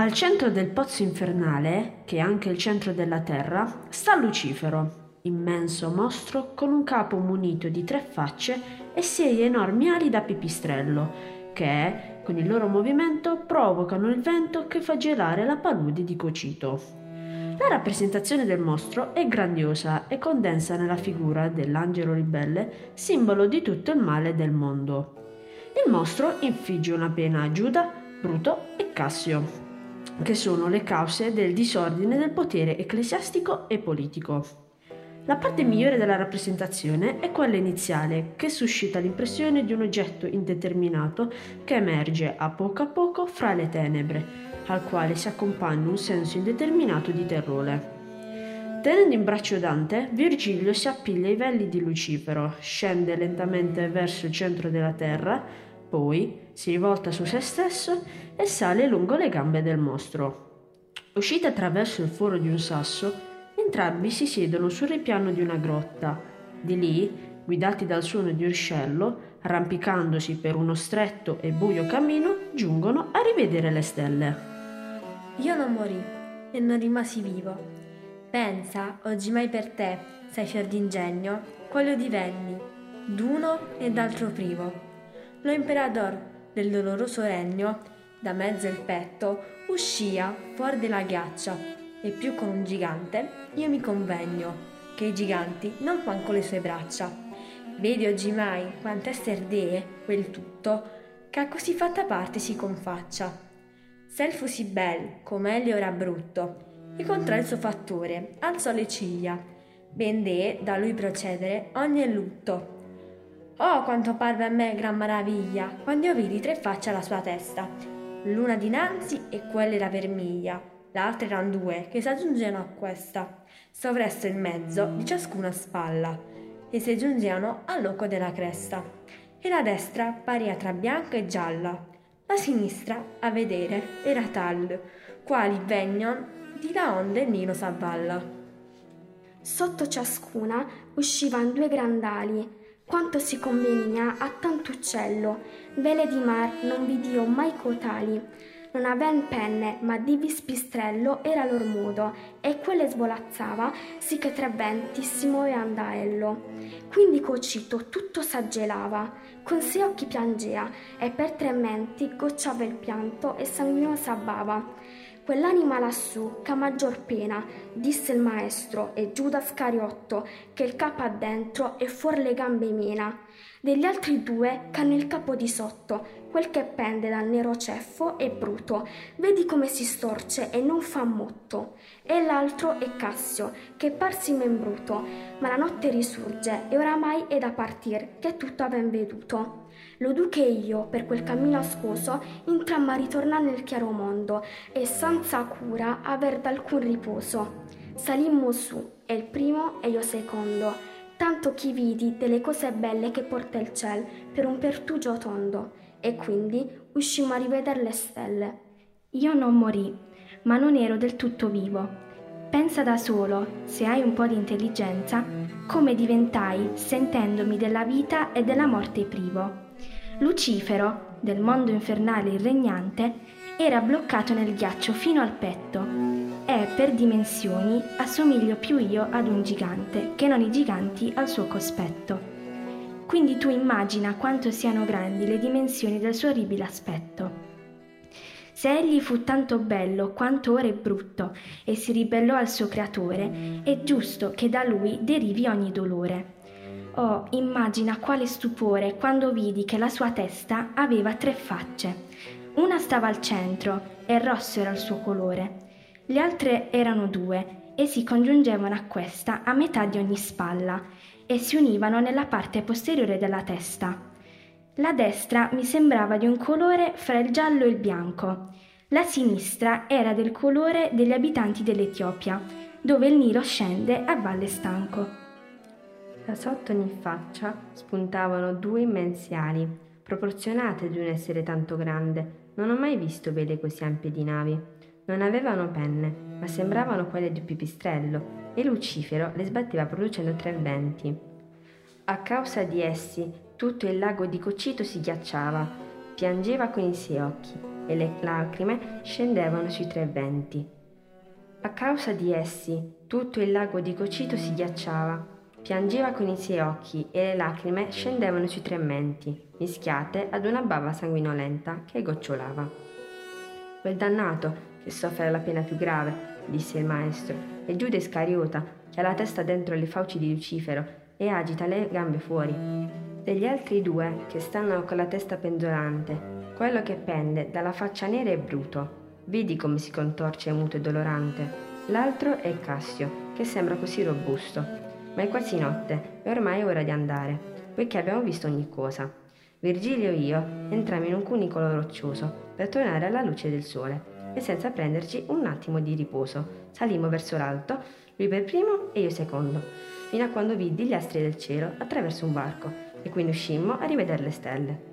Al centro del pozzo infernale, che è anche il centro della terra, sta Lucifero, immenso mostro con un capo munito di 3 facce e 6 enormi ali da pipistrello, che, con il loro movimento, provocano il vento che fa gelare la palude di Cocito. La rappresentazione del mostro è grandiosa e condensa nella figura dell'angelo ribelle, simbolo di tutto il male del mondo. Il mostro infligge una pena a Giuda, Bruto e Cassio, che sono le cause del disordine del potere ecclesiastico e politico. La parte migliore della rappresentazione è quella iniziale, che suscita l'impressione di un oggetto indeterminato che emerge a poco fra le tenebre, al quale si accompagna un senso indeterminato di terrore. Tenendo in braccio Dante, Virgilio si appiglia ai veli di Lucifero, scende lentamente verso il centro della terra, poi si rivolta su se stesso e sale lungo le gambe del mostro. Usciti attraverso il foro di un sasso, entrambi si siedono sul ripiano di una grotta. Di lì, guidati dal suono di un ruscello, arrampicandosi per uno stretto e buio cammino, giungono a rivedere le stelle. Io non morì e non rimasi vivo. Pensa, oggimai per te, sei fior d'ingegno, quale io divenni, d'uno e d'altro privo. Lo imperador del doloroso regno, da mezzo il petto, uscia fuor della ghiaccia, e più con un gigante io mi convegno, che i giganti non fan con le sue braccia. Vedi oggimai quant'esser dee quel tutto, che a così fatta parte si confaccia. Se il fu sì bel, come egli ora brutto, e contra il suo fattore alzò le ciglia, ben dee da lui procedere ogni lutto. Oh, quanto parve a me gran maraviglia, quando io vidi 3 facce alla sua testa, l'una dinanzi e quella era vermiglia, l'altra eran 2 che s'aggiungevano a questa, sovresto il mezzo di ciascuna spalla, e si giungevano al loco della cresta, e la destra paria tra bianca e gialla, la sinistra, a vedere, era tal, quali vegnon di là onde il Nilo s'avvalla. Sotto ciascuna uscivan 2 grandali, quanto si convenia a tanto uccello, vele di mar non vidio mai cotali. Non aven penne, ma di vispistrello era lor modo, e quelle svolazzava, sì che 3 venti si muovean da ello. Quindi Cocito tutto s'aggelava, con 6 occhi piangea, e per 3 menti gocciava il pianto e sanguinosa bava. Quell'anima lassù, c'ha maggior pena, disse il maestro, e Giuda Scariotto, che il capo ha dentro e fuor le gambe mena. Degli altri 2 c'hanno il capo di sotto, quel che pende dal nero ceffo è Bruto, vedi come si storce e non fa motto. E l'altro è Cassio, che parsi membruto, ma la notte risurge e oramai è da partir, che tutto aven veduto. Lo duche io, per quel cammino ascoso, intramma a ritornar nel chiaro mondo e senza cura aver d'alcun riposo. Salimmo su, e il primo e io secondo, tanto chi vidi delle cose belle che porta il ciel per un pertugio tondo, e quindi uscimmo a riveder le stelle. Io non morì, ma non ero del tutto vivo. Pensa da solo, se hai un po' di intelligenza, come diventai sentendomi della vita e della morte privo. Lucifero, del mondo infernale il regnante, era bloccato nel ghiaccio fino al petto e, per dimensioni, assomiglio più io ad un gigante che non i giganti al suo cospetto. Quindi tu immagina quanto siano grandi le dimensioni del suo orribile aspetto. Se egli fu tanto bello quanto ora è brutto e si ribellò al suo creatore, è giusto che da lui derivi ogni dolore. Oh, immagina quale stupore quando vidi che la sua testa aveva 3 facce. Una stava al centro e rosso era il suo colore. Le altre erano 2 e si congiungevano a questa a metà di ogni spalla e si univano nella parte posteriore della testa. La destra mi sembrava di un colore fra il giallo e il bianco. La sinistra era del colore degli abitanti dell'Etiopia, dove il Nilo scende a Valle Stanco. Da sotto ogni faccia spuntavano 2 immensi ali, proporzionate ad un essere tanto grande. Non ho mai visto vele così ampie di navi. Non avevano penne, ma sembravano quelle di un pipistrello, e Lucifero le sbatteva producendo 3 venti. A causa di essi, tutto il lago di Cocito si ghiacciava, piangeva con i 6 occhi, e le lacrime scendevano sui 3 venti. A causa di essi, tutto il lago di Cocito si ghiacciava. Piangeva con i 6 occhi e le lacrime scendevano sui 3 menti, mischiate ad una bava sanguinolenta che gocciolava. Quel dannato che soffre la pena più grave, disse il maestro, è Giuda Iscariota, che ha la testa dentro le fauci di Lucifero e agita le gambe fuori. Degli altri 2 che stanno con la testa penzolante, quello che pende dalla faccia nera è Bruto. Vedi come si contorce muto e dolorante. L'altro è Cassio, che sembra così robusto. Ma è quasi notte e ormai è ora di andare, poiché abbiamo visto ogni cosa. Virgilio e io entrammo in un cunicolo roccioso per tornare alla luce del sole e senza prenderci un attimo di riposo salimmo verso l'alto, lui per primo e io secondo, fino a quando vidi gli astri del cielo attraverso un varco e quindi uscimmo a rivedere le stelle.